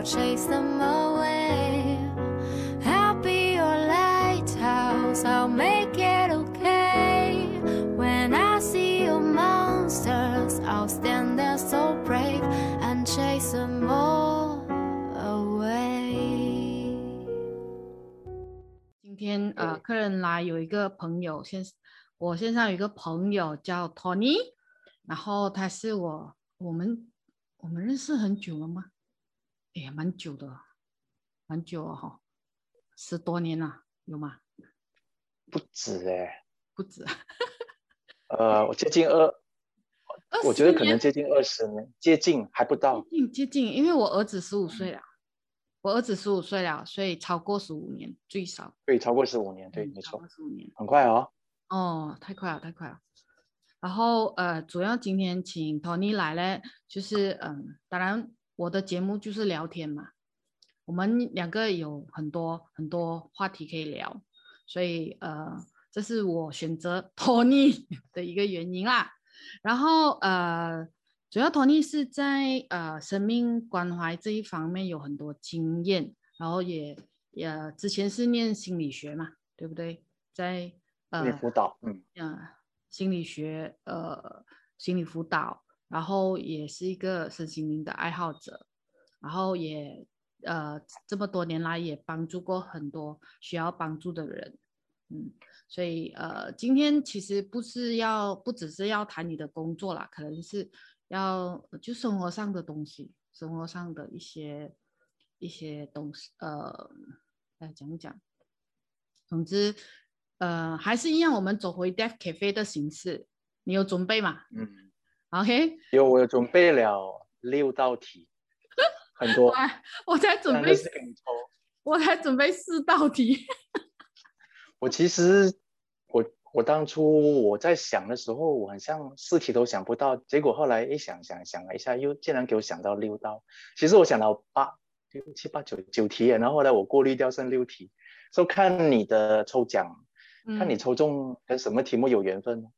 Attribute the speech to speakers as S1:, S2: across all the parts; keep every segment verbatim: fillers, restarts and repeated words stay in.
S1: chase them away. I'll be your lighthouse, I'll make it okay. When I see your monsters, I'll stand there so brave and chase them all away.
S2: 今天呃，客人来有一个朋友，线我线上有一个朋友叫 Tony， 然后他是我我们我们认识很久了吗？哎呀，蛮久的，蛮久了哈，十多年了，有吗？
S3: 不止哎、欸，
S2: 不止。
S3: 呃，我接近二，我觉得可能接近二十年，接近还不到，
S2: 接近接近，因为我儿子十五岁了。嗯，我儿子十五岁了，所以超过十五年最少。
S3: 对，超过十五年，对，
S2: 嗯、
S3: 没错，
S2: 超过十五年，
S3: 很快哦。
S2: 哦，太快了，太快了。然后呃，主要今天请 Tony 来呢，就是嗯，当然我的节目就是聊天嘛，我们两个有很多很多话题可以聊，所以呃，这是我选择 Tony 的一个原因啦。然后呃。主要 Tony 是在呃生命关怀这一方面有很多经验，然后也也之前是念心理学嘛，对不对？在呃
S3: 心理辅导，嗯，
S2: 呃心理学呃心理辅导，然后也是一个身心灵的爱好者，然后也呃这么多年来也帮助过很多需要帮助的人，嗯。所以呃，今天其实不是要不只是要谈你的工作啦，可能是要就生活上的东西，生活上的一些一些东西，呃，来讲讲。总之，呃，还是一样，我们走回 Deaf Cafe 的形式，你有准备吗？
S3: 嗯
S2: ，OK。
S3: 有，我有准备了六道题，很多，
S2: 我才准备，
S3: 是给你抽，
S2: 我才准备四道题。
S3: 我其实我我当初我在想的时候，我很像四题都想不到，结果后来一想想想了一下，又竟然给我想到六道。其实我想到八六七八九九题，然后后来我过滤掉剩六题，就看你的抽奖，
S2: 嗯、
S3: 看你抽中跟什么题目有缘分。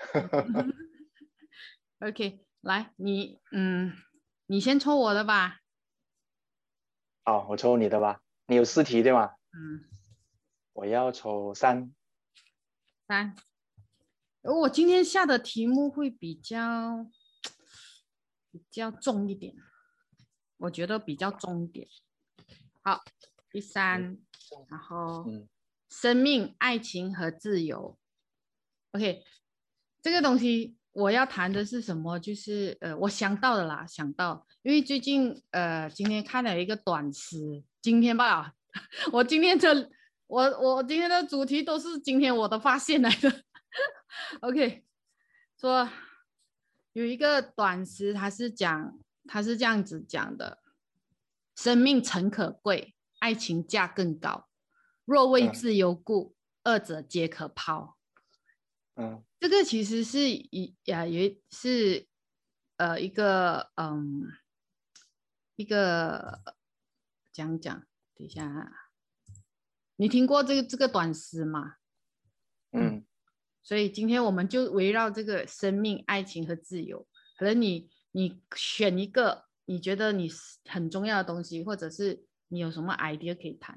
S2: OK， 来，你嗯，你先抽我的吧。
S3: 好，我抽你的吧。你有四题对吗？
S2: 嗯，
S3: 我要抽三。
S2: 三。我今天下的题目会比较比较重一点，我觉得比较重一点。好，第三，然后、嗯、生命、爱情和自由。OK， 这个东西我要谈的是什么？就是呃，我想到的啦，想到，因为最近呃，今天看了一个短诗，今天吧，我今天的我我今天的主题都是今天我的发现来的。OK， 说有一个短诗，它是讲，它是这样子讲的：生命诚可贵，爱情价更高。若为自由故，嗯、二者皆可抛。嗯，这个其实是一呀，也是呃一个嗯一个讲讲，等一下、啊，你听过这个这个短诗吗？嗯。所以今天我们就围绕这个生命、爱情和自由，可能你你选一个你觉得你很重要的东西，或者是你有什么 idea 可以谈。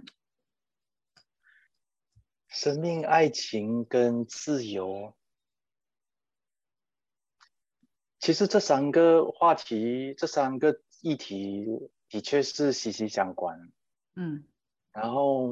S3: 生命、爱情跟自由，其实这三个话题，这三个议题的确是息息相关。嗯，然后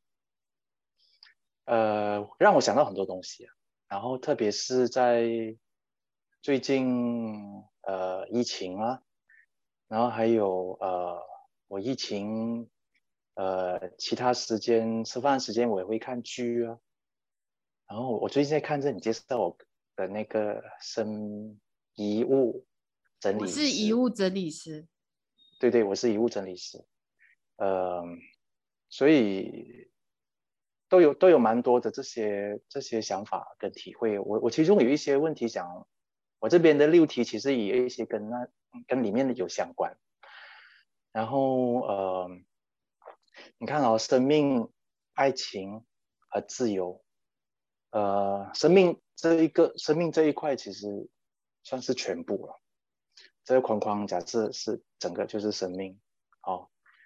S3: 呃，让我想到很多东西啊。然后特别是在最近呃疫情啊，然后还有呃我疫情呃其他时间吃饭时间我也会看剧啊。然后我最近在看着你介绍我的那个生遗物整理师。
S2: 我是遗物整理师。
S3: 对对，我是遗物整理师。呃，所以都有都有蛮多的这些这些想法跟体会。我我其中有一些问题想，我这边的六题其实也有一些跟那跟里面的有相关。然后呃，你看哦，生命、爱情和自由。呃，生命这一个生命这一块其实算是全部了。这个框框假设是整个就是生命，哦，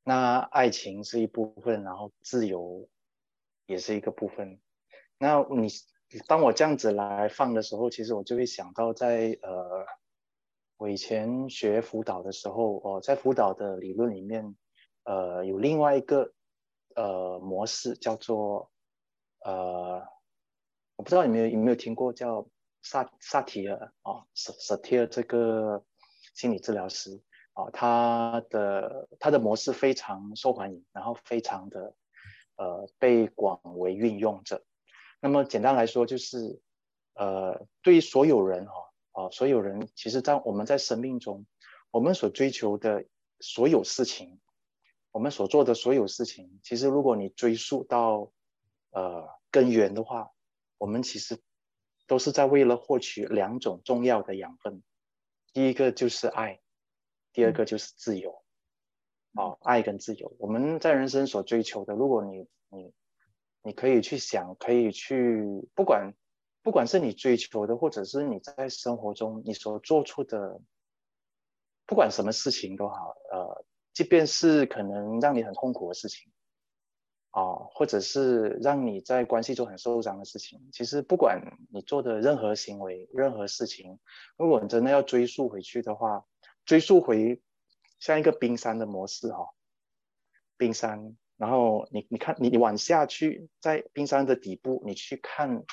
S3: 那爱情是一部分，然后自由也是一个部分。那你当我这样子来放的时候，其实我就会想到在呃，我以前学辅导的时候，哦，在辅导的理论里面，呃，有另外一个呃模式叫做呃，我不知道你们有有没有听过叫萨萨提尔啊，萨萨提尔这个心理治疗师啊，他的他的模式非常受欢迎，然后非常的呃被广为运用着。那么简单来说就是，呃，对于所有人哈、哦，啊，所有人其实在我们在生命中，我们所追求的所有事情，我们所做的所有事情，其实如果你追溯到呃根源的话，我们其实都是在为了获取两种重要的养分，第一个就是爱，第二个就是自由。哦，爱跟自由，我们在人生所追求的，如果你你你可以去想，可以去不管不管是你追求的，或者是你在生活中你所做出的，不管什么事情都好，呃，即便是可能让你很痛苦的事情啊、呃，或者是让你在关系中很受伤的事情，其实不管你做的任何行为、任何事情，如果你真的要追溯回去的话，追溯回像一个冰山的模式哈、哦。冰山，然后你你看你你往下去，在冰山的底部，你去看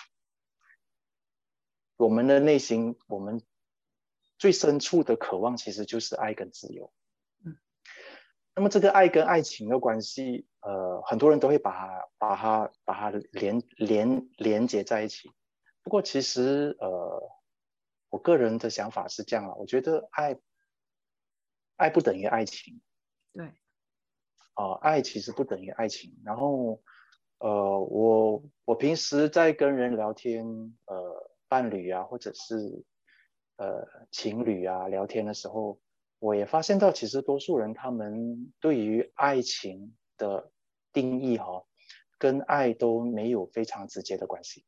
S3: 我们的内心，我们最深处的渴望其实就是爱跟自由。
S2: 嗯，
S3: 那么这个爱跟爱情的关系，呃，很多人都会把它把它把它连连连接在一起。不过其实呃，我个人的想法是这样啊，我觉得爱爱不等于爱情。
S2: 对。
S3: 呃，爱其实不等于爱情。然后，呃，我我平时在跟人聊天，呃，伴侣啊，或者是呃情侣啊聊天的时候，我也发现到，其实多数人他们对于爱情的定义哈、哦，跟爱都没有非常直接的关系。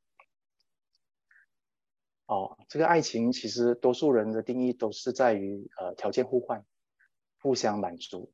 S3: 哦，这个爱情其实多数人的定义都是在于呃条件互换，互相满足。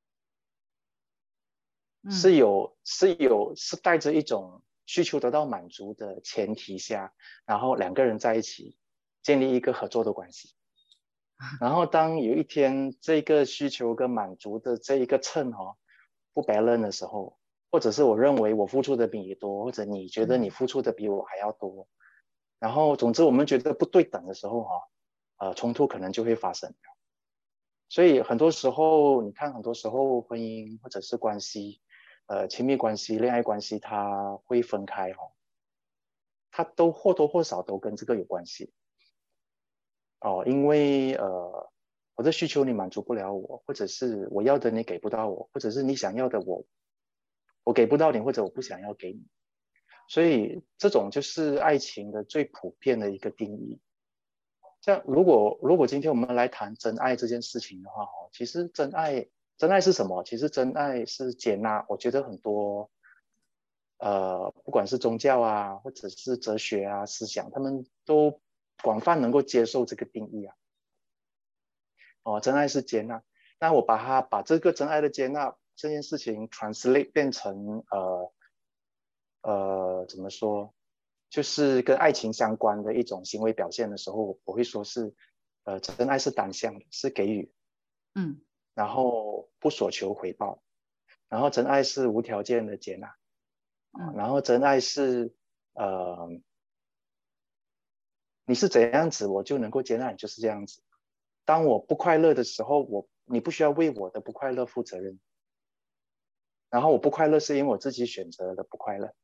S3: 是
S2: 嗯
S3: 有是有是带着一种需求得到满足的前提下，然后两个人在一起建立一个合作的关系。然后当有一天这个需求跟满足的这一个秤哈、哦、不 balance 的时候，或者是我认为我付出的比你多，或者你觉得你付出的比我还要多，然后总之我们觉得不对等的时候哈、哦，呃冲突可能就会发生。所以很多时候你看，很多时候婚姻或者是关系，呃，亲密关系、恋爱关系，它会分开哈、哦，它都或多或少都跟这个有关系哦，因为呃，我的需求你满足不了我，或者是我要的你给不到我，或者是你想要的我我给不到你，或者我不想要给你，所以这种就是爱情的最普遍的一个定义。像如果如果今天我们来谈真爱这件事情的话，哦，其实真爱真爱是什么？其实真爱是接纳。我觉得很多呃，不管是宗教啊，或者是哲学啊、思想，他们都广泛能够接受这个定义啊。哦，真爱是接纳。那我把它把这个真爱的接纳这件事情 translate 变成呃呃怎么说，就是跟爱情相关的一种行为表现的时候，我会说是呃真爱是单向的，是给予，
S2: 嗯
S3: 然后不所求回报，然后真爱是无条件的接纳，
S2: 嗯
S3: 然后真爱是呃你是怎样子，我就能够接纳你就是这样子。当我不快乐的时候，我你不需要为我的不快乐负责任。然后我不快乐是因为我自己选择的不快乐。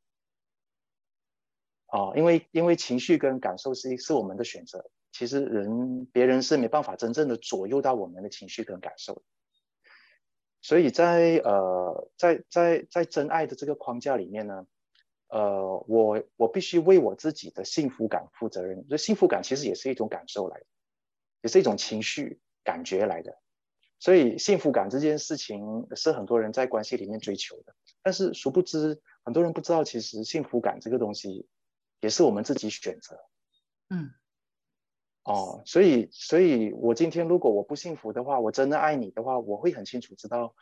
S3: 哦，因为因为情绪跟感受是是我们的选择，其实人别人是没办法真正的左右到我们的情绪跟感受的。所以在呃在在在真爱的这个框架里面呢，呃我我必须为我自己的幸福感负责任。这幸福感其实也是一种感受来的，也是一种情绪感觉来的。所以幸福感这件事情是很多人在关系里面追求的，但是殊不知很多人不知道，其实幸福感这个东西也是我们自己选择。
S2: 嗯
S3: 哦，所以所以我今天如果我不幸福的话，我真的爱你的话，我会很清楚知道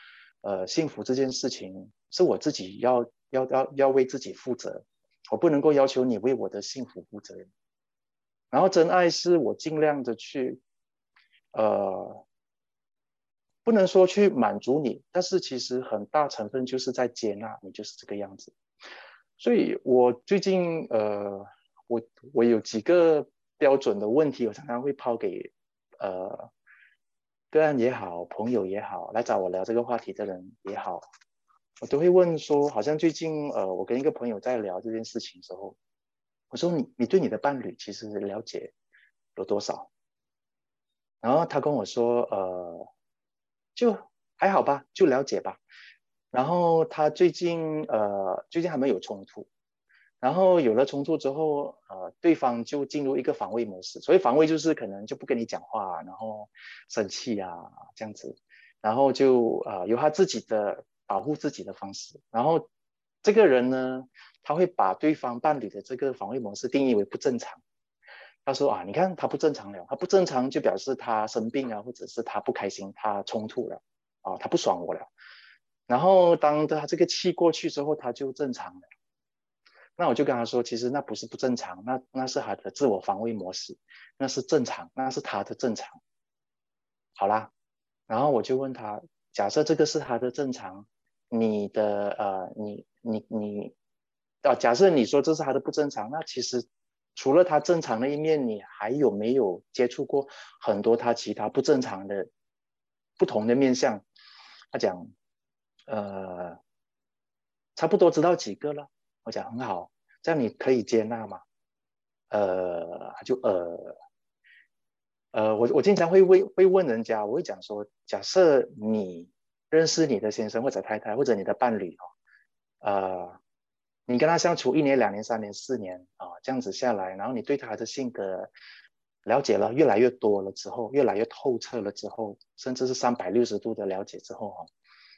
S3: 呃，幸福这件事情是我自己要要要要为自己负责，我不能够要求你为我的幸福负责任。然后真爱是我尽量的去，呃，不能说去满足你，但是其实很大成分就是在接纳你就是这个样子。所以我最近呃，我我有几个标准的问题，我常常会抛给呃个案也好，朋友也好，来找我聊这个话题的人也好，我都会问说，好像最近呃，我跟一个朋友在聊这件事情的时候，我说你你对你的伴侣其实了解有多少？然后他跟我说，呃，就还好吧，就了解吧。然后他最近呃最近还没有冲突，然后有了冲突之后，呃，对方就进入一个防卫模式。所以防卫就是可能就不跟你讲话，然后生气啊这样子，然后就呃有他自己的保护自己的方式。然后这个人呢，他会把对方伴侣的这个防卫模式定义为不正常。他说啊，你看他不正常了，他不正常就表示他生病啊，或者是他不开心，他冲突了啊，他不爽我了。然后当他这个气过去之后，他就正常了。那我就跟他说，其实那不是不正常，那那是他的自我防卫模式，那是正常，那是他的正常。好啦，然后我就问他，假设这个是他的正常，你的呃，你你你啊，假设你说这是他的不正常，那其实除了他正常的一面，你还有没有接触过很多他其他不正常的不同的面相？他讲，呃，差不多知道几个了。我讲很好，这样你可以接纳吗？呃，就呃呃，我我经常会问会问人家，我会讲说，假设你认识你的先生或者太太或者你的伴侣哦，呃，你跟他相处一年、两年、三年、四年啊、呃，这样子下来，然后你对他的性格了解了越来越多了之后，越来越透彻了之后，甚至是三百六十度的了解之后哦，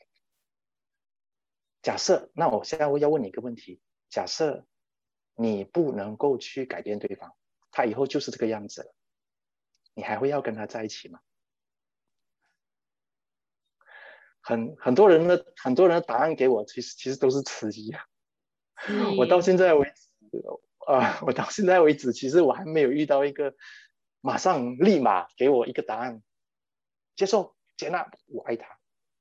S3: 假设，那我现在我要问你一个问题，假设你不能够去改变对方，他以后就是这个样子了，你还会要跟他在一起吗？很很多人的很多人的答案给我，其实其实都是迟疑啊。我到
S2: 是
S3: 现在为止，啊、呃，我到现在为止，其实我还没有遇到一个马上立马给我一个答案，接受接纳，我爱他。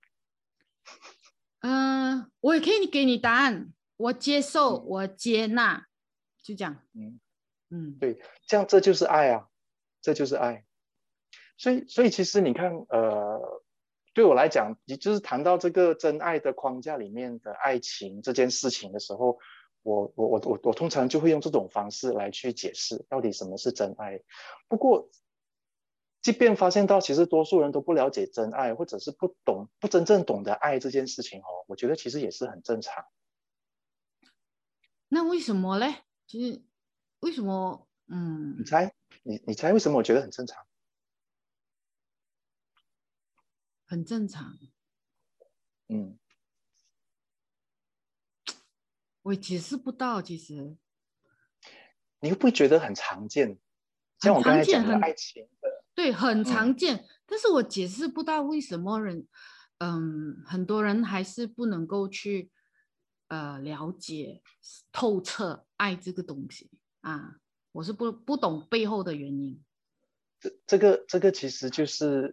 S2: 嗯、呃，我也可以给你答案，我接受，
S3: 嗯
S2: 我接纳，就这样。
S3: 嗯，
S2: 嗯，
S3: 对，这样这就是爱啊，这就是爱。所以所以其实你看，呃，对我来讲，你就是谈到这个真爱的框架里面的爱情这件事情的时候，我我我我我通常就会用这种方式来去解释到底什么是真爱。不过，即便发现到其实多数人都不了解真爱，或者是不懂不真正懂得爱这件事情哦，我觉得其实也是很正常。
S2: 那为什么嘞？其实为什么？嗯，
S3: 你猜，你你猜为什么我觉得很正常？
S2: 很正常。
S3: 嗯，
S2: 我解释不到，其实
S3: 你会不会觉得很常见？像我刚
S2: 很常见，
S3: 才讲的
S2: 很
S3: 爱情的，
S2: 对，很
S3: 嗯。
S2: 常见。但是我解释不到为什么人，嗯，很多人还是不能够去呃了解透彻爱这个东西啊。我是不不懂背后的原因。
S3: 这这个这个其实就是，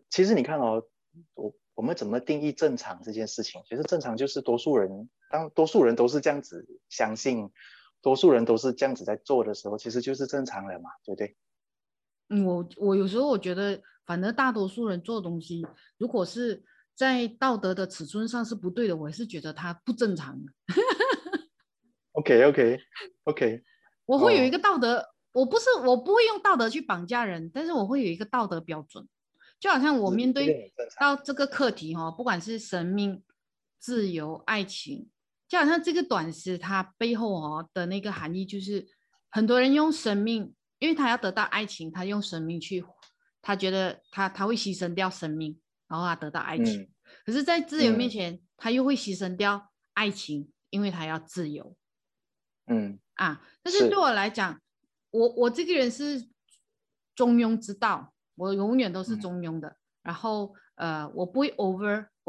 S3: 其实你看哦，我我们怎么定义正常这件事情？其实正常就是多数人，当多数人都是这样子相信，多数人都是这样子在做的时候，其实就是正常了嘛，对不对？
S2: 嗯，我我有时候我觉得，反正大多数人做东西，如果是在道德的尺寸上是不对的，我是觉得他不正常的。
S3: OK OK OK，
S2: 我会有一
S3: 哦，
S2: 个道德，我不是我不会用道德去绑架人，但是我会有一个道德标准。就好像我
S3: 是这个
S2: 面对
S3: 很正常。
S2: 到这个课题哈、哦，不管是生命、自由、爱情，就好像这个短诗它背后哦的那个含义，就是很多人用生命，因为他要得到爱情，他用生命去，他觉得他他会牺牲掉生命，然后他得到爱情。
S3: 嗯
S2: 可是，在自由面
S3: 嗯
S2: 前，他又会牺牲掉爱情，因为他要自由。
S3: 嗯，
S2: 啊，但是对
S3: 是，
S2: 我来讲，我我这个人是中庸之道，我永远都是
S3: 嗯
S2: 中庸的。然后呃，我不会 over，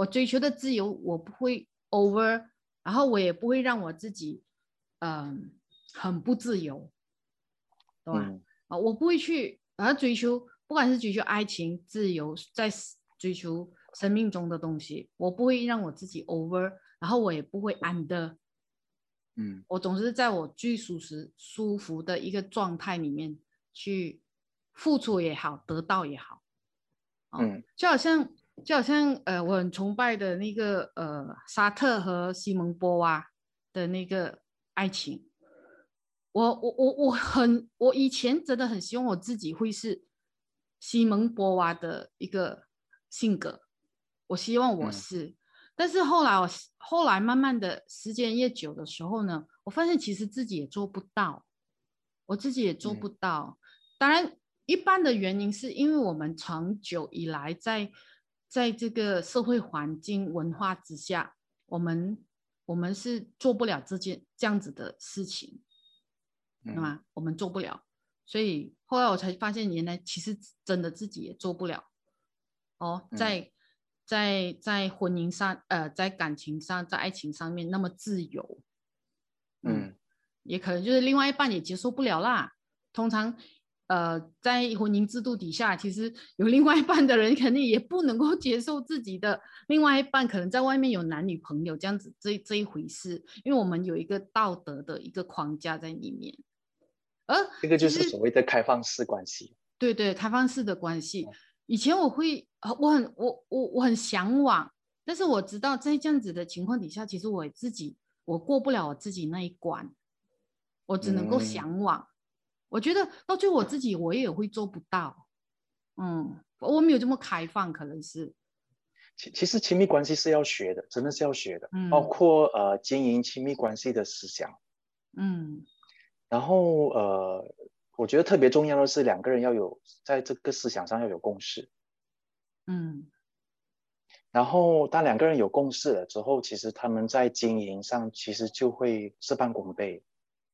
S2: 我追求的自由我不会 over， 然后我也不会让我自己嗯、呃、很不自由，懂吧？嗯、啊，我不会去啊追求，不管是追求爱情、自由，在追求生命中的东西，我不会让我自己 over， 然后我也不会 under。嗯，我总是在我最舒适、舒服的一个状态里面去付出也好，得到也好。哦、嗯，就好像就好像呃，我很崇拜的那个呃，沙特和西蒙波娃的那个爱情。我我我我很，我以前真的很希望我自己会是西蒙波娃的一个性格，我希望我是。嗯，但是后来我后来慢慢的时间越久的时候呢，我发现其实自己也做不到，我自己也做不到。嗯、当然，一般的原因是因为我们长久以来在在这个社会环境文化之下，我们我们是做不了这件这样子的事情，对吗？嗯、我们做不了，所以后来我才发现，原来其实真的自己也做不了。哦，在。嗯在在婚姻上，呃，在感情上，在爱情上面那么自由，嗯，嗯也可能就是另外一半也接受不了啦。通常，呃，在婚姻制度底下，其实有另外一半的人肯定也不能够接受自己的另外一半可能在外面有男女朋友这样子这这一回事，因为我们有一个道德的一个框架在里面。而
S3: 这个就是所谓的开放式关系。
S2: 对对，开放式的关系。嗯，以前我会，我很我我我很向往，但是我知道在这样子的情况底下，其实我自己我过不了我自己那一关，我只能够向往。嗯、我觉得到最后我自己我也会做不到，嗯，我没有这么开放，可能是。
S3: 其其实亲密关系是要学的，真的是要学的，嗯、包括呃经营亲密关系的思想，嗯，然后呃。我觉得特别重要的是两个人要有在这个思想上要有共识，嗯，然后当两个人有共识了之后，其实他们在经营上其实就会事半功倍，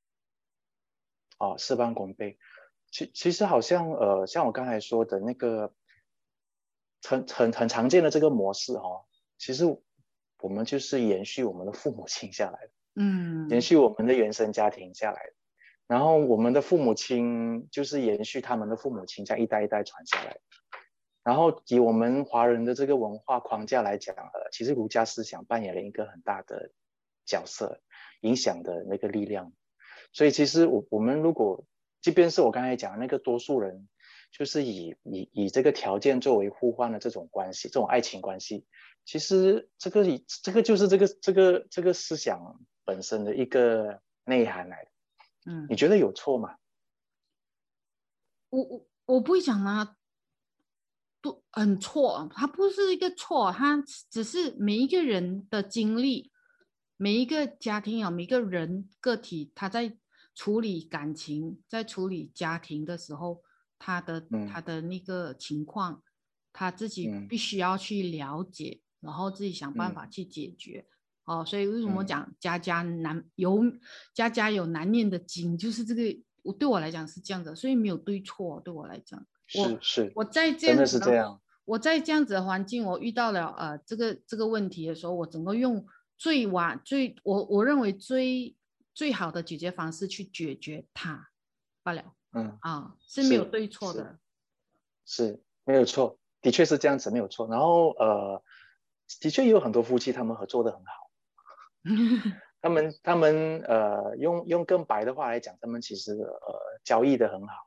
S3: 哦，事半功倍。其其实好像呃，像我刚才说的那个很很很常见的这个模式哦，其实我们就是延续我们的父母亲下来的，嗯，延续我们的原生家庭下来的。然后我们的父母亲就是延续他们的父母亲，这样一代一代传下来。然后以我们华人的这个文化框架来讲，呃，其实儒家思想扮演了一个很大的角色，影响的那个力量。所以其实我我们如果，即便是我刚才讲的那个多数人，就是以以以这个条件作为互换的这种关系，这种爱情关系，其实这个这个就是这个这个这个思想本身的一个内涵来的。嗯，你觉得有错吗？
S2: 我我我不会讲啊，都很错，它不是一个错，它只是每一个人的经历，每一个家庭啊，每个人个体，他在处理感情，在处理家庭的时候，他的、嗯、他的那个情况，他自己必须要去了解，嗯、然后自己想办法去解决。嗯、哦，所以为什么讲家家难有家家有难念的经，就是这个，我对我来讲是这样的，所以没有对错，对我来讲。
S3: 是是，
S2: 我在这样子的，的我在这样子的环境，我遇到了呃这个这个问题的时候，我整个用最完最我我认为最最好的解决方式去解决它罢了。嗯啊，是没有对错的，
S3: 是, 是没有错，的确是这样子，没有错。然后呃，的确也有很多夫妻他们合作的很好，他们他们呃用用更白的话来讲，他们其实呃交易的很好。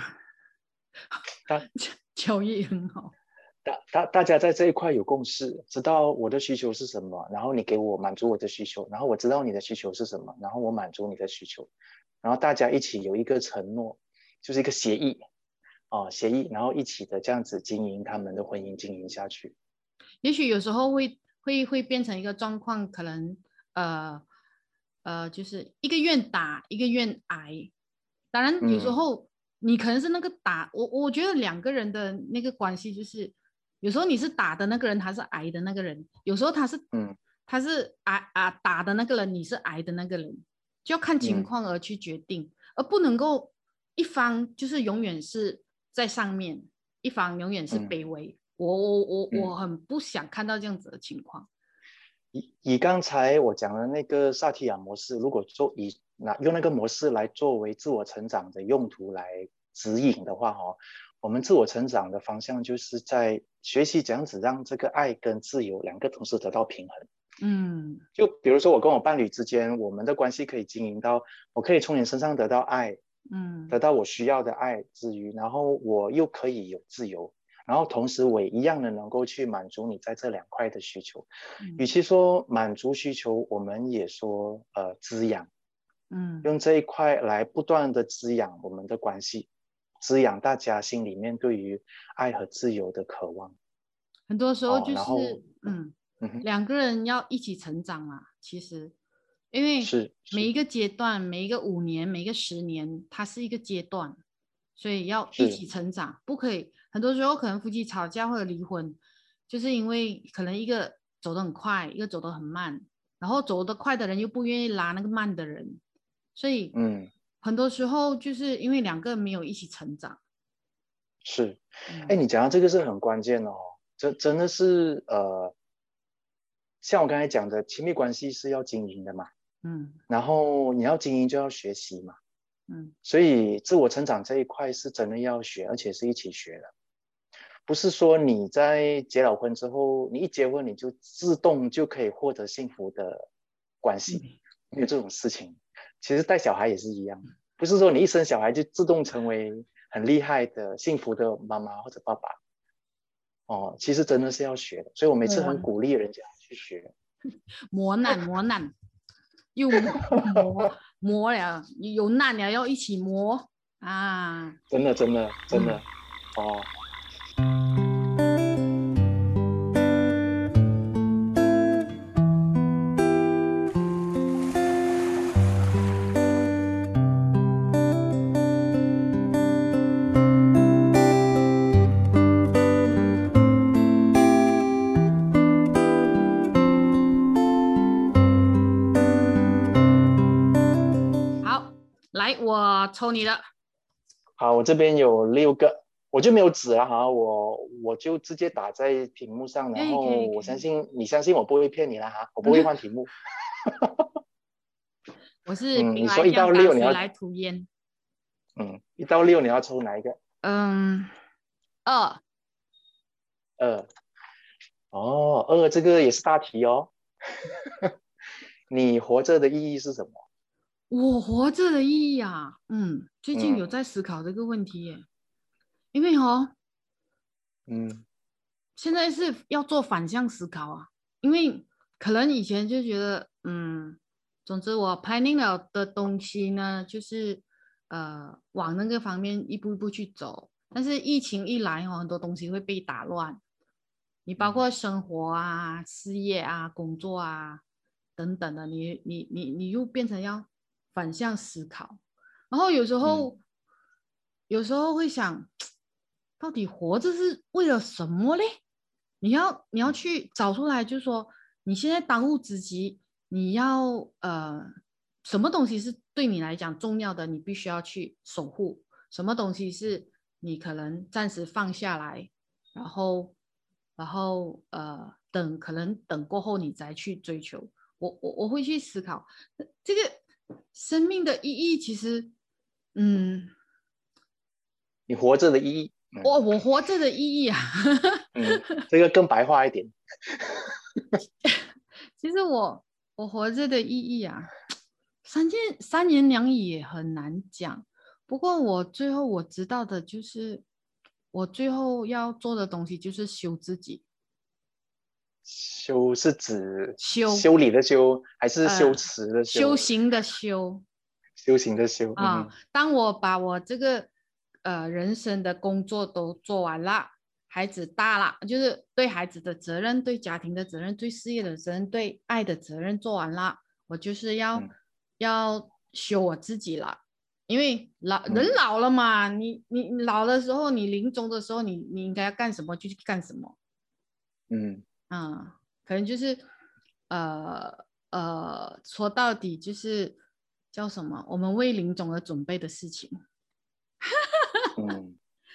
S2: 他交易很好，
S3: 大大大家在这一块有共识，知道我的需求是什么，然后你给我满足我的需求，然后我知道你的需求是什么，然后我满足你的需求，然后大家一起有一个承诺，就是一个协议啊、哦，协议，然后一起的这样子经营他们的婚姻，经营下去。
S2: 也许有时候会会会变成一个状况，可能呃呃，就是一个愿打，一个愿挨。当然有时候。嗯，你可能是那个打我，我觉得两个人的那个关系就是，有时候你是打的那个人，他是挨的那个人；有时候他是，嗯，他是挨啊打的那个人，你是挨的那个人，就要看情况而去决定，嗯、而不能够一方就是永远是在上面，一方永远是卑微，嗯、 我我我
S3: 嗯
S2: 我很不想看到这样子的情况。
S3: 以以刚才我讲的那个萨提亚模式，如果做以那用那个模式来作为自我成长的用途来指引的话，哦，我们自我成长的方向就是在学习怎样子让这个爱跟自由两个同时得到平衡。
S2: 嗯
S3: 就比如说我跟我伴侣之间，我们的关系可以经营到，我可以从你身上得到爱，
S2: 嗯
S3: 得到我需要的爱之余，然后我又可以有自由，然后同时我也一样的能够去满足你在这两块的需求。与
S2: 嗯
S3: 其说满足需求，我们也说呃滋养，
S2: 嗯，
S3: 用这一块来不断的滋养我们的关系，滋养大家心里面对于爱和自由的渴望。
S2: 很多时候
S3: 哦，
S2: 就
S3: 然后
S2: 是嗯，
S3: 嗯哼，
S2: 两个人要一起成长啊。其实，因为
S3: 是是
S2: 每一个阶段，每一个五年，每一个十年，它是一个阶段，所以要一
S3: 是，
S2: 起成长，不可以。很多时候可能夫妻吵架或者离婚，就是因为可能一个走得很快，一个走得很慢，然后走得快的人又不愿意拉那个慢的人，所以
S3: 嗯
S2: 很多时候就是因为两个人没有一起成长。
S3: 是。哎，
S2: 嗯
S3: 你讲到这个是很关键的哦，这真的是呃，像我刚才讲的，亲密关系是要经营的嘛，
S2: 嗯
S3: 然后你要经营就要学习嘛，
S2: 嗯
S3: 所以自我成长这一块是真的要学，而且是一起学的。不是说你在结了婚之后，你一结婚你就自动就可以获得幸福的关系，
S2: 嗯
S3: 没有这种事情。其实带小孩也是一样，不是说你一生小孩就自动成为很厉害的幸福的妈妈或者爸爸。哦，其实真的是要学的，所以我每次很
S2: 磨
S3: 鼓励人家去学。
S2: 磨难磨难。又磨磨了，有难了要一起磨啊！
S3: 真的，真的，真的，
S2: 嗯，
S3: 哦，
S2: 好，来，我抽你的。
S3: 好，我这边有六个，我就没有纸了哈，我我就直接打在屏幕上，然
S2: 可以，可以，
S3: 后我相
S2: 可以。
S3: 信你相信我不会骗你了哈，我不会换题目。
S2: 我是
S3: 嗯，
S2: 兵
S3: 你说一到
S2: 来将挡，
S3: 六你要，
S2: 水来土掩。
S3: 嗯，一到六你要抽哪一个？
S2: 嗯，二，
S3: 二，哦，二这个也是大题哦。你活着的意义是什么？
S2: 我活着的意义啊，嗯，最近有
S3: 嗯
S2: 在思考这个问题耶，因为哦，
S3: 嗯
S2: 现在是要做反向思考啊，因为可能以前就觉得，嗯，总之我 planning 了的东西呢，就是呃往那个方面一步一步去走，但是疫情一来哦，很多东西会被打乱，你包
S3: 嗯
S2: 括生活啊、事业啊、工作啊等等的，你你你你又变成要反向思考，然后有时
S3: 嗯
S2: 候有时候会想，到底活着是为了什么嘞？你要你要
S3: 嗯
S2: 去找出来，就是说你现在当务之急，你要呃什么东西是对你来讲重要的，你必须要去守护；什么东西是你可能暂时放下来，然后然后呃等可能等过后你再去追求。我我我会去思考这个生命的意义，其实嗯，
S3: 你活着的意义，嗯
S2: 我我活着的意义啊。
S3: 嗯，这个更白话一点。
S2: 其实我我活着的意义啊，三件三言两语也很难讲。不过我最后我知道的就是，我最后要做的东西就是修自己，
S3: 修是指
S2: 修
S3: 修理的修，还是修
S2: 呃
S3: 辞的修？
S2: 修行的修。
S3: 修行的修。嗯
S2: 啊，
S3: 哼
S2: 当我把我这个呃人生的工作都做完了，孩子大了，就是对孩子的责任、对家庭的责任、对事业的责任、对爱的责任做完了，我就是要
S3: 嗯
S2: 要修我自己了。因为老人
S3: 嗯
S2: 老了嘛，你你你老的时候，你临终的时候，你你应该要干什么就去干什么。
S3: 嗯
S2: 嗯，可能就是呃呃，说到底就是叫什么？我们为临终而准备的事情。
S3: 嗯，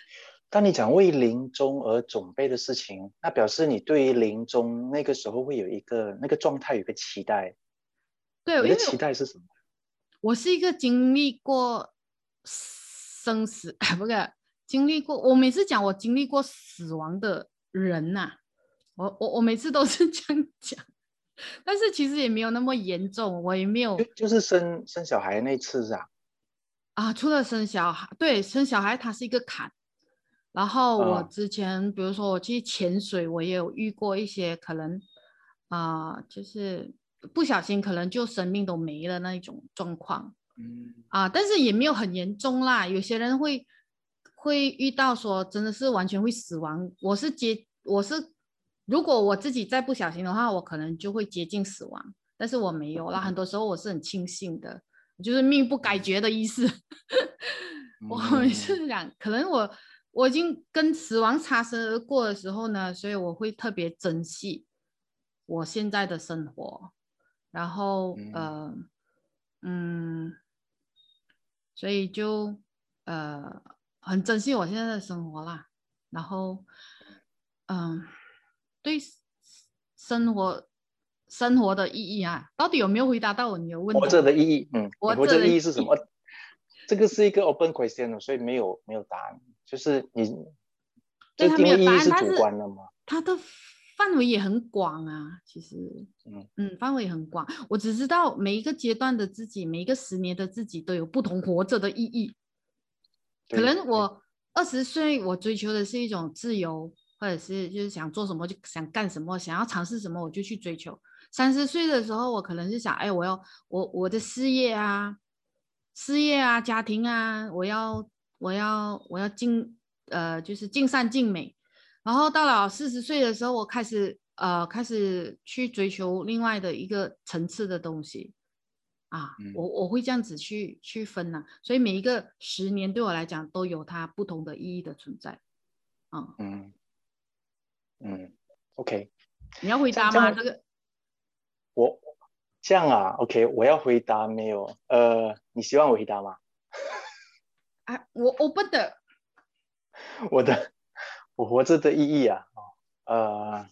S3: 当你讲为临终而准备的事情，那表示你对于临终那个时候会有一个那个状态，有一个期待。
S2: 对，因为
S3: 你的期待是什么？
S2: 我是一个经历过生死，不是经历过，我每次讲我经历过死亡的人呐、啊，我我我每次都是这样讲，但是其实也没有那么严重，我也没有
S3: 就就是生生小孩那次啊。
S2: 啊，除了生小孩，对，生小孩它是一个坎。然后我
S3: 啊，
S2: 之前，比如说我去潜水，我也有遇过一些可能啊、呃就是不小心可能就生命都没了那一种状况
S3: 嗯
S2: 啊、但是也没有很严重啦。有些人会会遇到说真的是完全会死亡，我是接我是如果我自己再不小心的话，我可能就会接近死亡，但是我没有啦。很多时候我是很庆幸的，就是命不改绝的意思。我每
S3: 嗯
S2: 次讲，可能我我已经跟死亡擦身而过的时候呢，所以我会特别珍惜我现在的生活，然后
S3: 嗯
S2: 呃嗯，所以就呃很珍惜我现在的生活啦，然后嗯，对生活生活的意义啊，到底有没有回答到你的问
S3: 活着
S2: 题？
S3: 的意义，嗯，你
S2: 活着
S3: 活着的
S2: 的意义，
S3: 意义是什么？这个是一个 open question，所以没有没有答案，就是你
S2: 对，
S3: 就
S2: 他没有答案，
S3: 因为意义是
S2: 但是
S3: 主观的嘛。
S2: 它的范围也很广啊，其实，
S3: 嗯，
S2: 嗯，范围很广。我只知道每一个阶段的自己，每一个十年的自己都有不同活着的意义。可
S3: 对对，
S2: 能我二十岁，我追求的是一种自由，或者是就是想做什么就想干什么，想要尝试什么我就去追求。三十岁的时候，我可能是想，哎，我要我我的事业啊，事业啊，家庭啊，我要我要我要尽呃，就是尽善尽美。然后到了四十岁的时候，我开始呃开始去追求另外的一个层次的东西。啊，我
S3: 嗯
S2: 我会这样子去去分呐、啊所以每一个十年对我来讲都有它不同的意义的存在。嗯，
S3: 嗯嗯，OK，
S2: 你要回答吗？
S3: 这样这样
S2: 这个
S3: 我这样啊，OK，我要回答没有？呃，你希望我回答吗？
S2: 啊，我我不的，
S3: 我的我活着的意义啊，呃，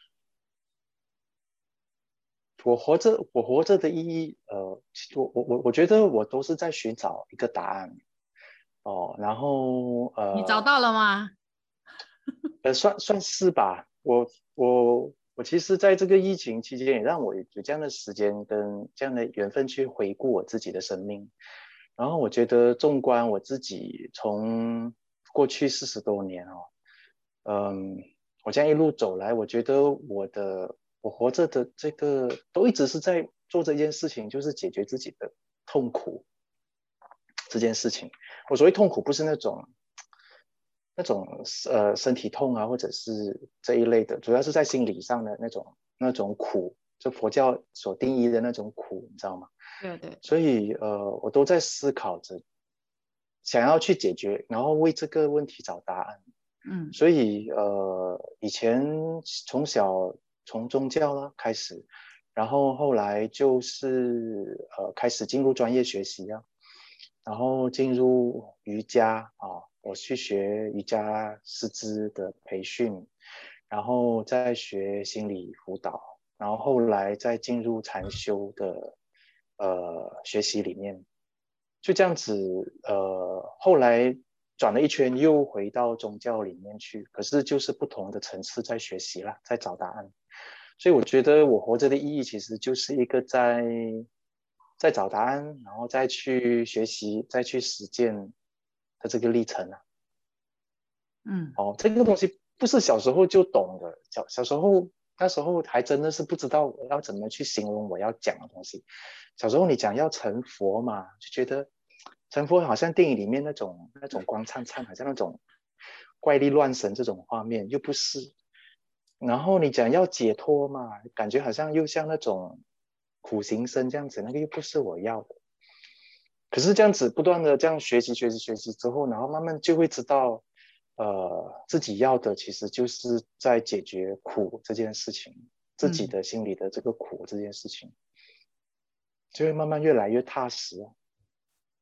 S3: 我活着我活着的意义，呃，我我我我觉得我都是在寻找一个答案哦，然后呃
S2: 你找到了吗？
S3: 呃，算算是吧。我我我其实在这个疫情期间，也让我有这样的时间跟这样的缘分去回顾我自己的生命。然后我觉得，纵观我自己从过去四十多年哦，嗯，我这样一路走来，我觉得我的我活着的这个都一直是在做这件事情，就是解决自己的痛苦这件事情。我所谓痛苦，不是那种那种呃身体痛啊，或者是这一类的，主要是在心理上的那种那种苦，就佛教所定义的那种苦，你知道吗？
S2: 对对，
S3: 所以呃，我都在思考着，想要去解决，然后为这个问题找答案。
S2: 嗯
S3: 所以呃，以前从小从宗教啦开始，然后后来就是呃开始进入专业学习啊，然后进入瑜伽啊，我去学瑜伽师资的培训，然后再学心理辅导，然后后来再进入禅修的呃学习里面，就这样子呃后来转了一圈又回到宗教里面去，可是就是不同的层次在学习啦，在找答案。所以我觉得我活着的意义其实就是一个在在找答案，然后再去学习，再去实践的这个历程啊。
S2: 嗯
S3: 哦，这个东西不是小时候就懂的，小小时候那时候还真的是不知道我要怎么去形容我要讲的东西。小时候你讲要成佛嘛，就觉得成佛好像电影里面那种那种光灿灿，好像那种怪力乱神这种画面，又不是。然后你讲要解脱嘛，感觉好像又像那种苦行僧这样子，那个又不是我要的。可是这样子不断的这样学习学习学习之后，然后慢慢就会知道，呃，自己要的其实就是在解决苦这件事情，自己
S2: 嗯，
S3: 的心里的这个苦这件事情，就会慢慢越来越踏实。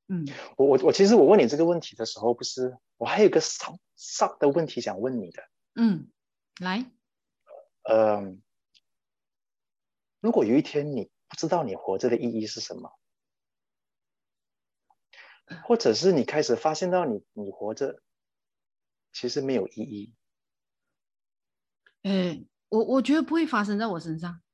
S2: 嗯
S3: 我我我其实我问你这个问题的时候，不是我还有一个 sub sub 的问题想问你的。
S2: 嗯，来，
S3: 嗯，如果有一天你不知道你活着的意义是什么，或者是你开始发现到你你活着其实没有意义，
S2: 呃，我我觉得不会发生在我身上。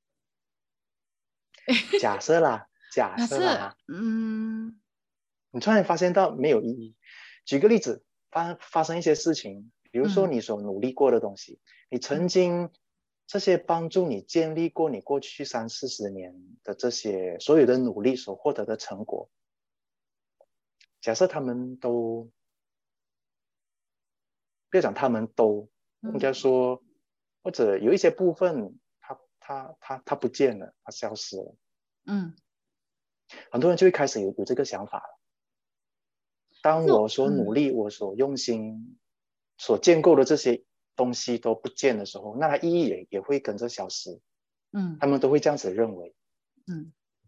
S3: 假设啦，假
S2: 可是，
S3: 设啦，
S2: 嗯
S3: 你突然发现到没有意义。举个例子，发发生一些事情，比如说
S2: 嗯
S3: 你所努力过的东西，你曾
S2: 嗯
S3: 经这些帮助你建立过你过去三四十年的这些所有的努力所获得的成果，假设他们都，不要讲他们都，应
S2: 嗯
S3: 该说，或者有一些部分它它它它不见了，它消失了，
S2: 嗯，
S3: 很多人就会开始有有这个想法了。当
S2: 就
S3: 我所努
S2: 嗯
S3: 力、我所用心、所建构的这些东西都不见的时候，那它意义也也会跟着消失。
S2: 嗯
S3: 他们都会这样子认为。
S2: 嗯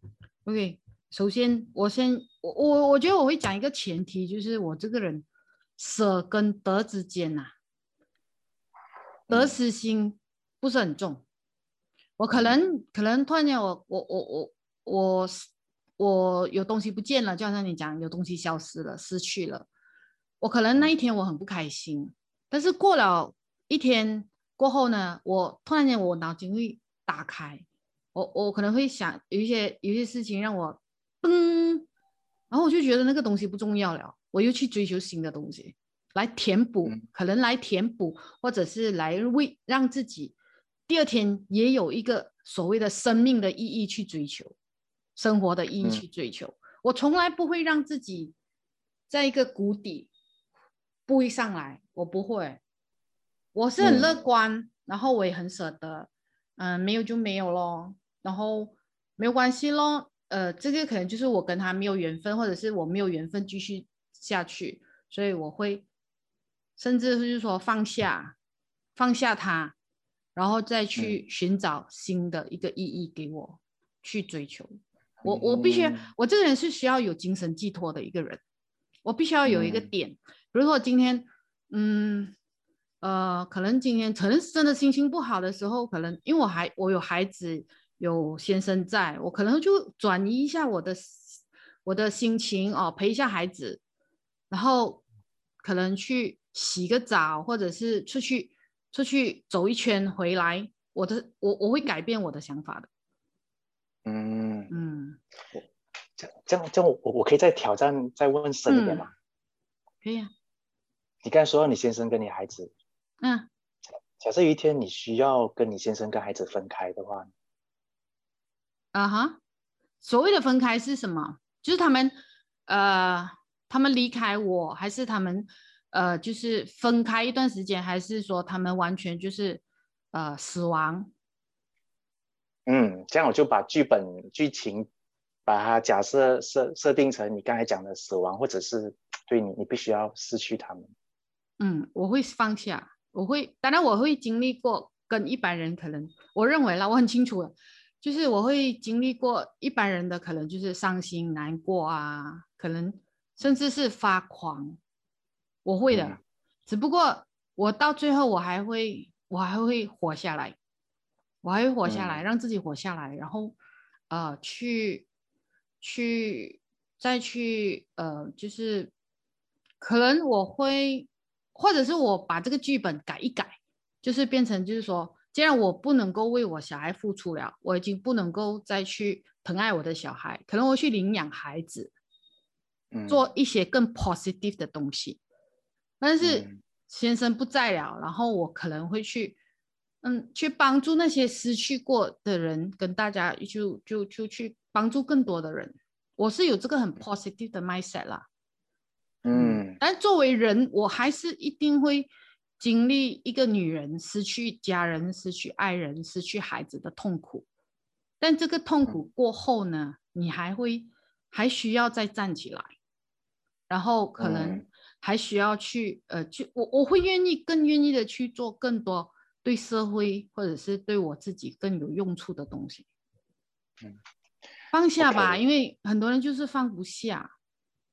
S2: ，OK。首先，我先我我我觉得我会讲一个前提，就是我这个人舍跟得之间呐、得
S3: 嗯
S2: 失心不是很重。我可
S3: 嗯
S2: 能可能突然间我我我我我我有东西不见了，就好像你讲有东西消失了、失去了，我可能那
S3: 嗯
S2: 一天我很不开心，但是过了一天过后呢，我突然间我脑筋会打开，我我可能会想有一些有一些事情让我噔，然后我就觉得那个东西不重要了，我又去追求新的东西来填补，
S3: 嗯
S2: 可能来填补，或者是来为让自己第二天也有一个所谓的生命的意义去追求，生活的意义
S3: 嗯
S2: 去追求。我从来不会让自己在一个谷底不会上来，我不会，我是很乐
S3: 嗯
S2: 观，然后我也很舍得，嗯，没有就没有咯，然后没有关系咯，呃，这个可能就是我跟他没有缘分，或者是我没有缘分继续下去，所以我会甚至是说放下，放下他，然后再
S3: 嗯
S2: 去寻找新的一个意义给我去追求。我我必须，
S3: 嗯
S2: 我这个人是需要有精神寄托的一个人，我必须要有一个
S3: 嗯
S2: 点，比如说今天，嗯。呃，可能今天可能真的心情不好的时候，可能因为我还我有孩子有先生在，我可能就转移一下我的我的心情哦，陪一下孩子，然后可能去洗个澡，或者是出去出去走一圈回来，我的我我会改变我的想法的。
S3: 嗯，
S2: 嗯
S3: 这样这样这样我我可以再挑战再问深一点
S2: 嗯，
S3: 吗？
S2: 可以啊，
S3: 你刚才说到你先生跟你孩子，
S2: 嗯
S3: 假设有一天你需要跟你先生跟孩子分开的话，
S2: 啊哈，所谓的分开是什么？就是他们呃，他们离开我，还是他们呃，就是分开一段时间，还是说他们完全就是呃死亡？
S3: 嗯，这样我就把剧本剧情把它假设设设定成你刚才讲的死亡，或者是对你你必须要失去他们。
S2: 嗯，我会放下，我会，当然我会经历过跟一般人可能，我认为啦，我很清楚的，就是我会经历过一般人的可能就是伤心难过啊，可能甚至是发狂，我会
S3: 嗯
S2: 的，只不过我到最后我还会我还会活下来，我还会活下来，
S3: 嗯
S2: 让自己活下来，然后呃去去再去呃就是可能我会。或者是我把这个剧本改一改，就是变成就是说，既然我不能够为我小孩付出了，我已经不能够再去疼爱我的小孩，可能我去领养孩子，
S3: 嗯
S2: 做一些更 positive 的东西。但是
S3: 嗯
S2: 先生不在了，然后我可能会去，嗯，去帮助那些失去过的人，跟大家就就就去帮助更多的人。我是有这个很 positive 的 mindset 啦。嗯，
S3: 嗯
S2: 但作为人，我还是一定会经历一个女人失去家人、失去爱人、失去孩子的痛苦。但这个痛苦过后呢，你还会还需要再站起来，然后可能
S3: 嗯
S2: 还需要去呃，去我我会愿意更愿意的去做更多对社会或者是对我自己更有用处的东西。
S3: 嗯
S2: 放下吧，
S3: ，OK，
S2: 因为很多人就是放不下。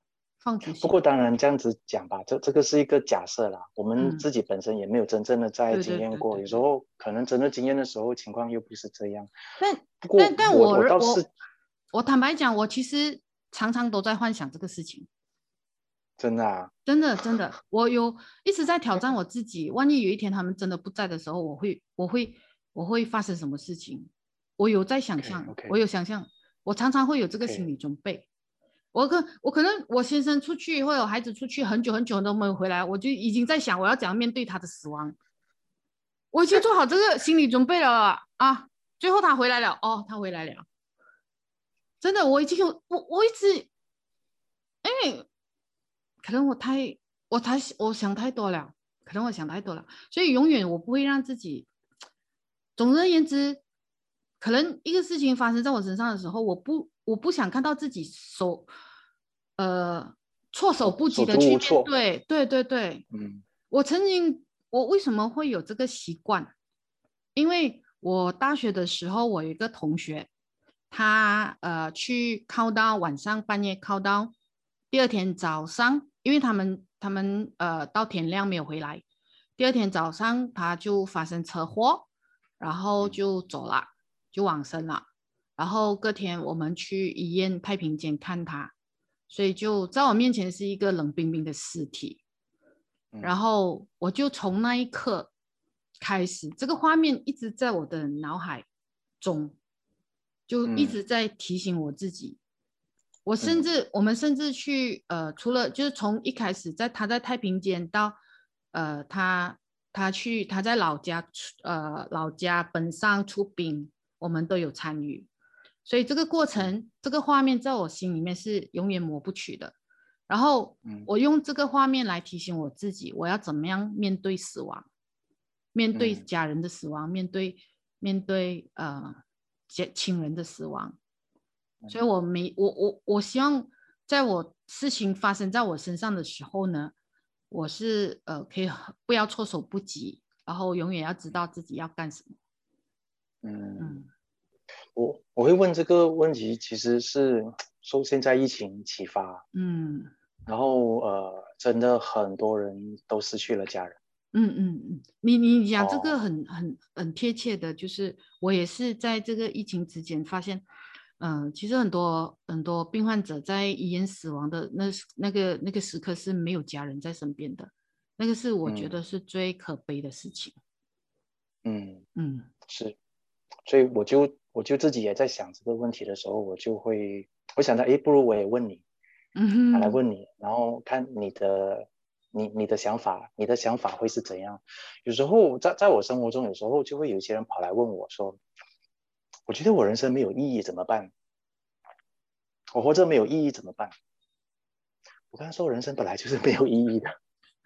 S2: 放逐性。
S3: 不过当然这样子讲吧，这这个是一个假设啦，我们
S2: 嗯
S3: 自己本身也没有真正的在
S2: 对对
S3: 经验过，
S2: 对对
S3: 有时候可能真的经验的时候情况又不是这样。
S2: 但
S3: 不过
S2: 但但
S3: 我
S2: 我
S3: 我倒是
S2: 我我坦白讲，我其实常常都在幻想这个事情。
S3: 真的啊，
S2: 真的真的，我有一直在挑战我自己。万一有一天他们真的不在的时候，我会我会我会发生什么事情？我有在想象
S3: OK OK
S2: 我有想象，我常常会有这个
S3: OK
S2: 心理准备。我可我可能我先生出去或者孩子出去很久很久都没有回来，我就已经在想我要怎样面对他的死亡。我已经做好这个心理准备了啊！最后他回来了，哦，他回来了，真的，我已经有我我一直，因为可能我太我太我想太多了，可能我想太多了，所以永远我不会让自己。总而言之，可能一个事情发生在我身上的时候，我不我不想看到自己手呃措手不及的去面对，对对对，
S3: 嗯，
S2: 我曾经我为什么会有这个习惯？因为我大学的时候，我有一个同学，他呃去靠到晚上半夜靠到第二天早上，因为他们他们呃到天亮没有回来，第二天早上他就发生车祸，然后就走了，就往生了。然后隔天我们去医院太平间看他，所以就在我面前是一个冷冰冰的尸体。然后我就从那一刻开始，这个画面一直在我的脑海中，就一直在提醒我自己。我甚至我们甚至去呃，除了就是从一开始在他在太平间到呃他他去他在老家呃老家奔丧出殡，我们都有参与。所以这个过程，这个画面在我心里面是永远抹不去的。然后我用这个画面来提醒我自己，我要怎么样面对死亡，面对家人的死亡，面对面对呃亲人的死亡。所以我没我我我希望在我事情发生在我身上的时候呢，我是呃可以不要措手不及，然后永远要知道自己要干什么。
S3: 嗯嗯，我我会问这个问题，其实是受现在疫情启发，嗯，然后呃，真的很多人都失去了家人。
S2: 嗯嗯嗯，你你讲这个很、哦、很很贴切的，就是我也是在这个疫情之间发现，嗯、呃，其实很多很多病患者在医院死亡的那那个那个时刻是没有家人在身边的，那个是我觉得是最可悲的事情。
S3: 嗯嗯，是，所以我就我就自己也在想这个问题的时候，我就会我想到，哎，不如我也问你，嗯，来问你，然后看你的。你你的想法，你的想法会是怎样？有时候在在我生活中，有时候就会有一些人跑来问我说：“我觉得我人生没有意义，怎么办？我活着没有意义怎么办？”我刚才说，人生本来就是没有意义的。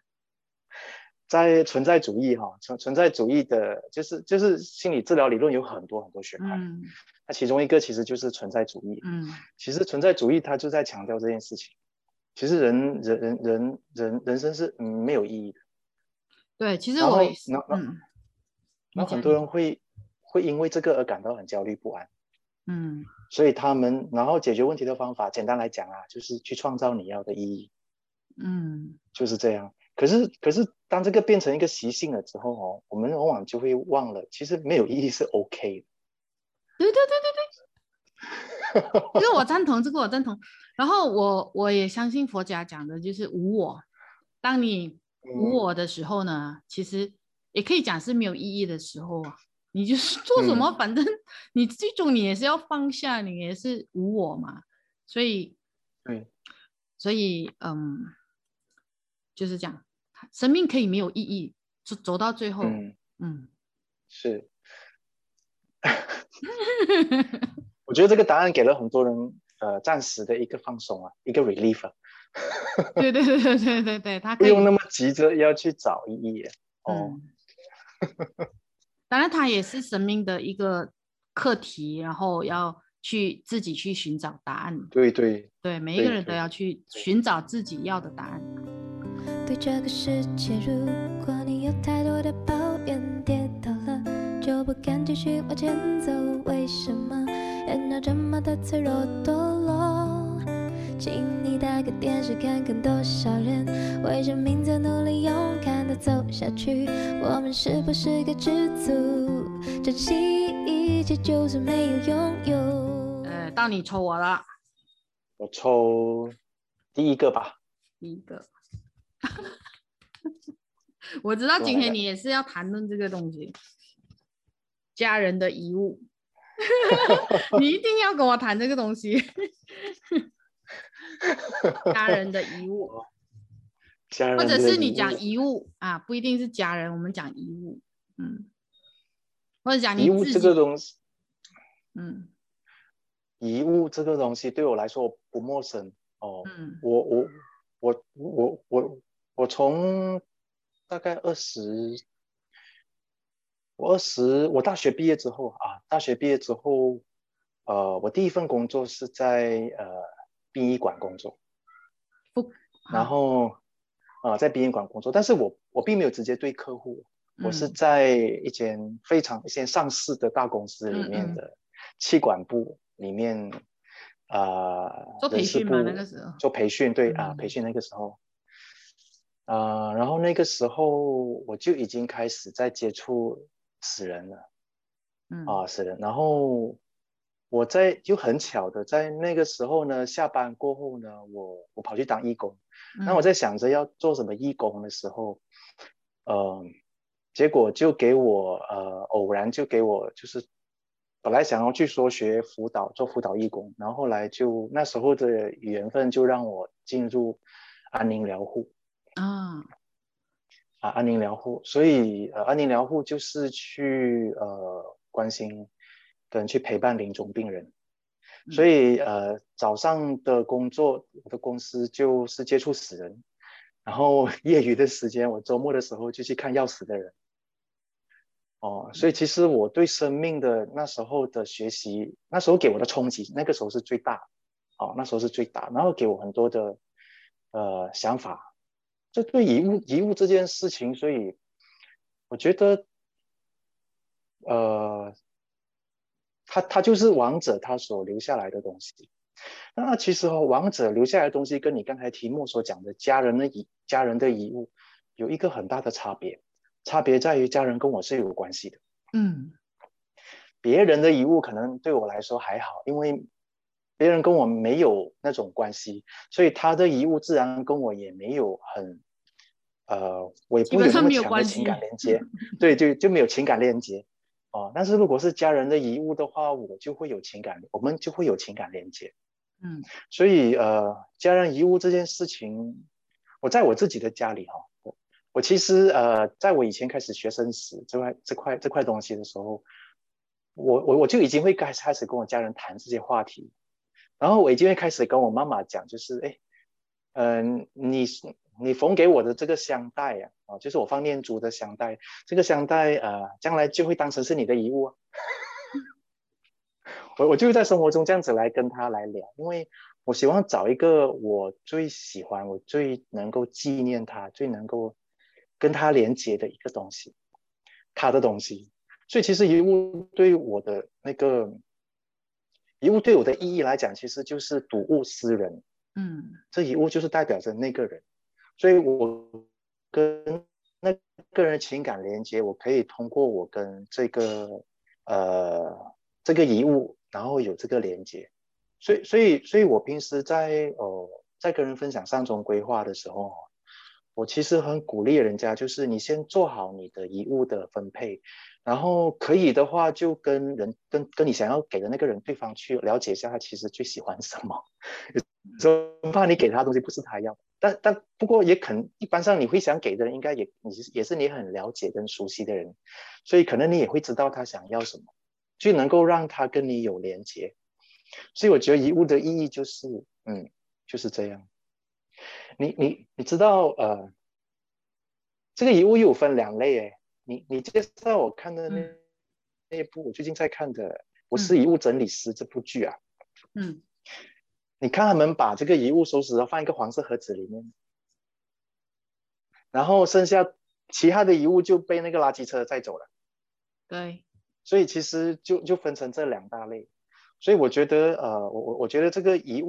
S3: 在存在主义哈，存存在主义的，就是就是心理治疗理论有很多很多学派，嗯，那其中一个其实就是存在主义。嗯，其实存在主义它就在强调这件事情。其实人人人人人人生是、嗯、没有意义的。
S2: 对，其实我也是。
S3: 然后，嗯，然后很多人会会因为这个而感到很焦虑不安。嗯，所以他们然后解决问题的方法，简单来讲啊，就是去创造你要的意义。嗯，就是这样。可是可是当这个变成一个习性了之后哦，我们往往就会忘了，其实没有意义是 OK 的。
S2: 对对对对对。这个我赞同，这个我赞同。然后我我也相信佛家讲的就是无我。当你无我的时候呢，嗯、其实也可以讲是没有意义的时候啊。你就是做什么，嗯、反正你最终你也是要放下，你也是无我嘛。所以，
S3: 对，
S2: 所以嗯，就是这样，生命可以没有意义，走走到最后，嗯嗯，
S3: 是。我觉得这个答案给了很多人呃暂时的一个放松啊，一个 relief 啊。
S2: 对对对对对对对，他
S3: 不用那么急着要去找意义哦。
S2: 嗯、当然，它也是生命的一个课题，然后要去自己去寻找答案。
S3: 对对
S2: 对，每一个人都要去寻找自己要的答案。
S1: 对这个世界，如果你有太多的抱怨，跌倒了就不敢继续往前走，为什么人要这么的脆弱堕落？ 请你打个电视看看多少人为生命在努力勇敢地走下去，我们是不是该知足，珍惜一切就算没有拥有。
S2: 呃，到你抽我了。
S3: 我抽第一个吧。
S2: 第一个。我知道今天你也是要谈论这个东西，家人的遗物。你一定要跟我谈这个东西。家人的遗物，
S3: 家人
S2: 或者是你讲
S3: 遗
S2: 遗物啊，不一定是家人，我们讲遗物，嗯，或者讲
S3: 物遗物
S2: 你自己
S3: 这个东西，
S2: 嗯，
S3: 遗物这个东西对我来说不陌生哦。
S2: 嗯
S3: 我我我我我我从大概二十，我二十，我大学毕业之后啊，大学毕业之后，呃，我第一份工作是在呃殡仪馆工作，
S2: 不，
S3: 然后啊、呃、在殡仪馆工作，但是我我并没有直接对客户，我是
S2: 嗯
S3: 在一间非常一间上市的大公司里
S2: 嗯嗯，
S3: 面的气管部里面，啊、
S2: 做
S3: 人事
S2: 培训嘛，那
S3: 部
S2: 个时候，
S3: 做培训，对啊、
S2: 嗯
S3: 培训那个时候。啊、然后那个时候我就已经开始在接触死人了
S2: 嗯
S3: 啊，死人。然后我在就很巧的在那个时候呢，下班过后呢，我我跑去当义工。那我
S2: 嗯
S3: 在想着要做什么义工的时候，呃，结果就给我呃偶然就给我就是本来想要去说学辅导，做辅导义工，然后后来就那时候的缘分就让我进入安宁疗护。
S2: 啊
S3: 啊，安宁疗护，所以呃，安宁疗护就是去呃关心跟去陪伴临终病人，所
S2: 嗯
S3: 以呃早上的工作，我的公司就是接触死人，然后业余的时间，我周末的时候就去看要死的人。哦，所以其实我对生命的那时候的学习，那时候给我的冲击，那个时候是最大，哦，那时候是最大，然后给我很多的呃想法。这对遗物遗物这件事情，所以我觉得，呃，他他就是王者他所留下来的东西。那其实哦，王者留下来的东西跟你刚才题目所讲的家人的遗家人的遗物有一个很大的差别，差别在于家人跟我是有关系的，
S2: 嗯
S3: 别人的遗物可能对我来说还好，因为别人跟我没有那种关系，所以他的遗物自然跟我也没有很，呃，我也
S2: 基
S3: 不会有那么
S2: 本上没有
S3: 强的情
S2: 关系。
S3: 感连接，对对，就没有情感链接哦。但是如果是家人的遗物的话，我就会有情感，我们就会有情感连接。
S2: 嗯
S3: 所以呃，家人遗物这件事情，我在我自己的家里哈、哦，我我其实呃，在我以前开始学生史这块这块这块东西的时候，我我我就已经会开始开始跟我家人谈这些话题，然后我已经会开始跟我妈妈讲，就是哎，嗯、呃，你你缝给我的这个香袋啊，啊，就是我放念珠的香袋，这个香袋呃，将来就会当成是你的遗物啊。我我就在生活中这样子来跟他来聊，因为我希望找一个我最喜欢、我最能够纪念他、最能够跟他连接的一个东西，他的东西。所以其实遗物对我的那个遗物对我的意义来讲，其实就是睹物思人。
S2: 嗯
S3: 这遗物就是代表着那个人，所以我跟那个人情感连接，我可以通过我跟这个呃这个遗物，然后有这个连接。所以所以所以我平时在呃在跟人分享丧钟规划的时候，我其实很鼓励人家，就是你先做好你的遗物的分配，然后可以的话就跟人跟跟你想要给的那个人对方去了解一下他其实最喜欢什么，有怕你给他的东西不是他要，但但不过也肯一般上你会想给的人应该也你也是你很了解跟熟悉的人，所以可能你也会知道他想要什么，就能够让他跟你有连接。所以我觉得遗物的意义就是嗯就是这样。你你你知道呃这个遗物又有分两类诶，你你介绍我看的那
S2: 嗯
S3: 那一部我最近在看的我是
S2: 嗯
S3: 遗物整理师这部剧啊，
S2: 嗯，
S3: 你看他们把这个遗物收拾了放一个黄色盒子里面，然后剩下其他的遗物就被那个垃圾车载走了，
S2: 对，
S3: 所以其实就就分成这两大类。所以我觉得呃我我我觉得这个遗物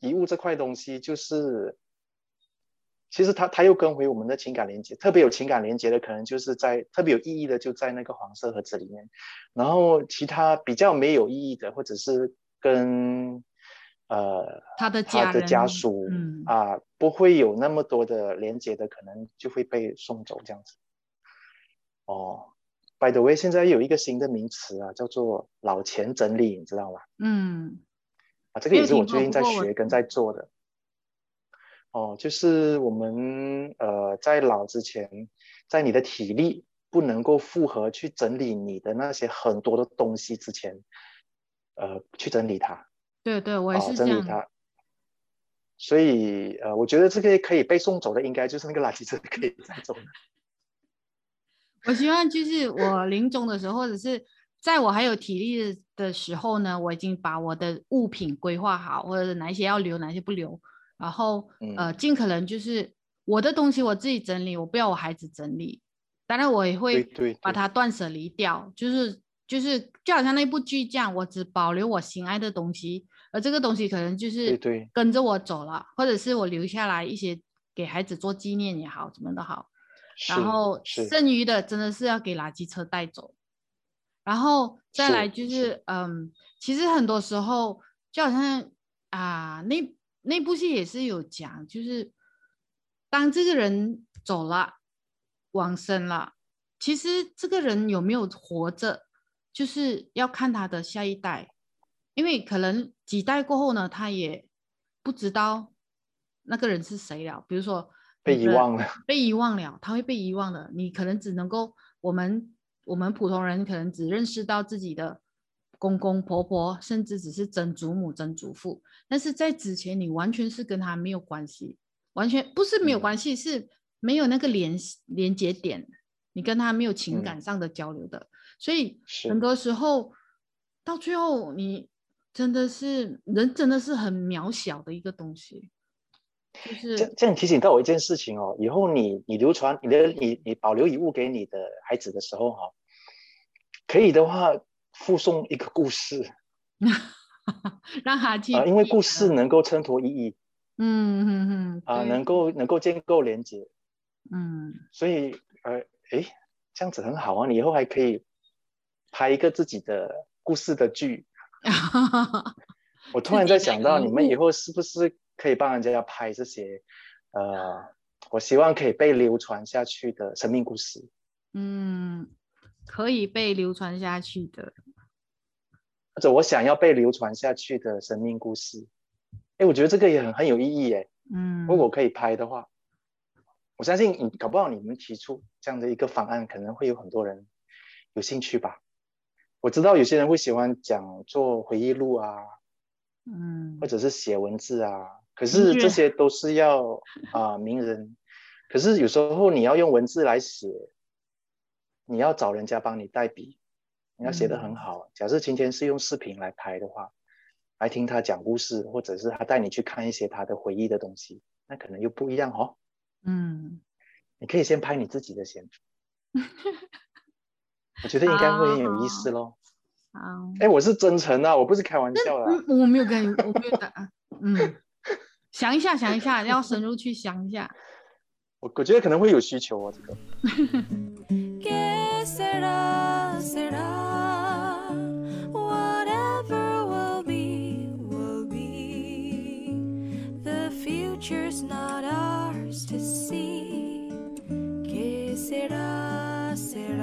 S3: 遗物这块东西，就是其实它它又跟回我们的情感连接，特别有情感连接的，可能就是在特别有意义的就在那个黄色盒子里面，然后其他比较没有意义的，或者是跟呃
S2: 他的
S3: 他的
S2: 家人，
S3: 家属
S2: 嗯
S3: 啊、不会有那么多的连接的，可能就会被送走这样子。哦，by the way，现在有一个新的名词啊，叫做老钱整理，你知道吗？
S2: 嗯，
S3: 啊，这个
S2: 没有听过，
S3: 也是我最近
S2: 不过我
S3: 在学跟在做的。哦，就是我们呃在老之前，在你的体力不能够负荷去整理你的那些很多的东西之前，呃，去整理它，
S2: 对对，我也
S3: 啊、
S2: 是这样。
S3: 整理它。所以呃，我觉得这个可以被送走的，应该就是那个垃圾车可以载走的。
S2: 我希望就是我临终的时候，或者是在我还有体力的的时候呢，我已经把我的物品规划好，或者是哪一些要留，哪一些不留，然后呃，
S3: 嗯，
S2: 尽可能就是我的东西我自己整理，我不要我孩子整理。当然，我也
S3: 对
S2: 会把
S3: 对对，
S2: 它断舍离掉，就是就是就好像那部剧这样，我只保留我心爱的东西，而这个东西可能就是
S3: 对对，
S2: 跟着我走了，或者是我留下来一些给孩子做纪念也好，怎么都好。然
S3: 是
S2: 后
S3: 是
S2: 剩余的真的是要给垃圾车带走。然后再来
S3: 是是，
S2: 就是嗯，其实很多时候就好像啊，那那部戏也是有讲，就是当这个人走了，往生了，其实这个人有没有活着，就是要看他的下一代，因为可能几代过后呢，他也不知道那个人是谁了。比如说
S3: 被
S2: 你的
S3: 遗忘了。
S2: 被遗忘了，他会被遗忘的。你可能只能够我们我们普通人可能只认识到自己的公公婆婆，甚至只是曾祖母、曾祖父，但是在之前你完全是跟他没有关系，完全不是没有
S3: 嗯
S2: 关系，是没有那个连连接点，你跟他没有情
S3: 嗯，
S2: 感上的交流的。所以很
S3: 是。
S2: 多时候到最后，你真的是人，真的是很渺小的一个东西，就是
S3: 这这样提醒到我一件事情哦，以后你你流传你的你你保留遗物给你的孩子的时候哈、哦，可以的话附送一个故事
S2: 让他去
S3: 啊、呃因为故事
S2: 记得，
S3: 能够衬托意义
S2: 嗯嗯嗯，
S3: 啊、呃
S2: 对，
S3: 能够能够建构连接，
S2: 嗯，
S3: 所以呃诶这样子很好啊，你以后还可以拍一个自己的故事的剧。我突然
S2: 自己的
S3: 在想到，你们以
S2: 遗物，
S3: 后是不是可以帮人家拍这些呃，我希望可以被流传下去的生命故事。
S2: 嗯，可以被流传下去的，
S3: 或者我想要被流传下去的生命故事。哎，我觉得这个也很很有意义耶。如
S2: 嗯
S3: 果可以拍的话，我相信你搞不好你们提出这样的一个方案，可能会有很多人有兴趣吧。我知道有些人会喜欢讲做回忆录啊，或
S2: 嗯，
S3: 者是写文字啊，可
S2: 音乐，
S3: 是这些都是要啊、呃名人。可是有时候你要用文字来写，你要找人家帮你代笔，你要写得很
S2: 嗯
S3: 好。假设今天是用视频来拍的话，来听他讲故事，或者是他带你去看一些他的回忆的东西，那可能又不一样哦。
S2: 嗯，
S3: 你可以先拍你自己的先，我觉得应该会很有意
S2: 好
S3: 思咯。
S2: 好，
S3: 哎，我是真诚的啊，我不是开玩笑的啊。
S2: 嗯，我没有跟，我没有答案，嗯，想一下，想一下，要深入去想一下。
S3: 我我觉得可能会有需求哦，这个。
S1: ¿Qué será, será? Whatever will be, will be. The future's not ours to see. ¿Qué será, será?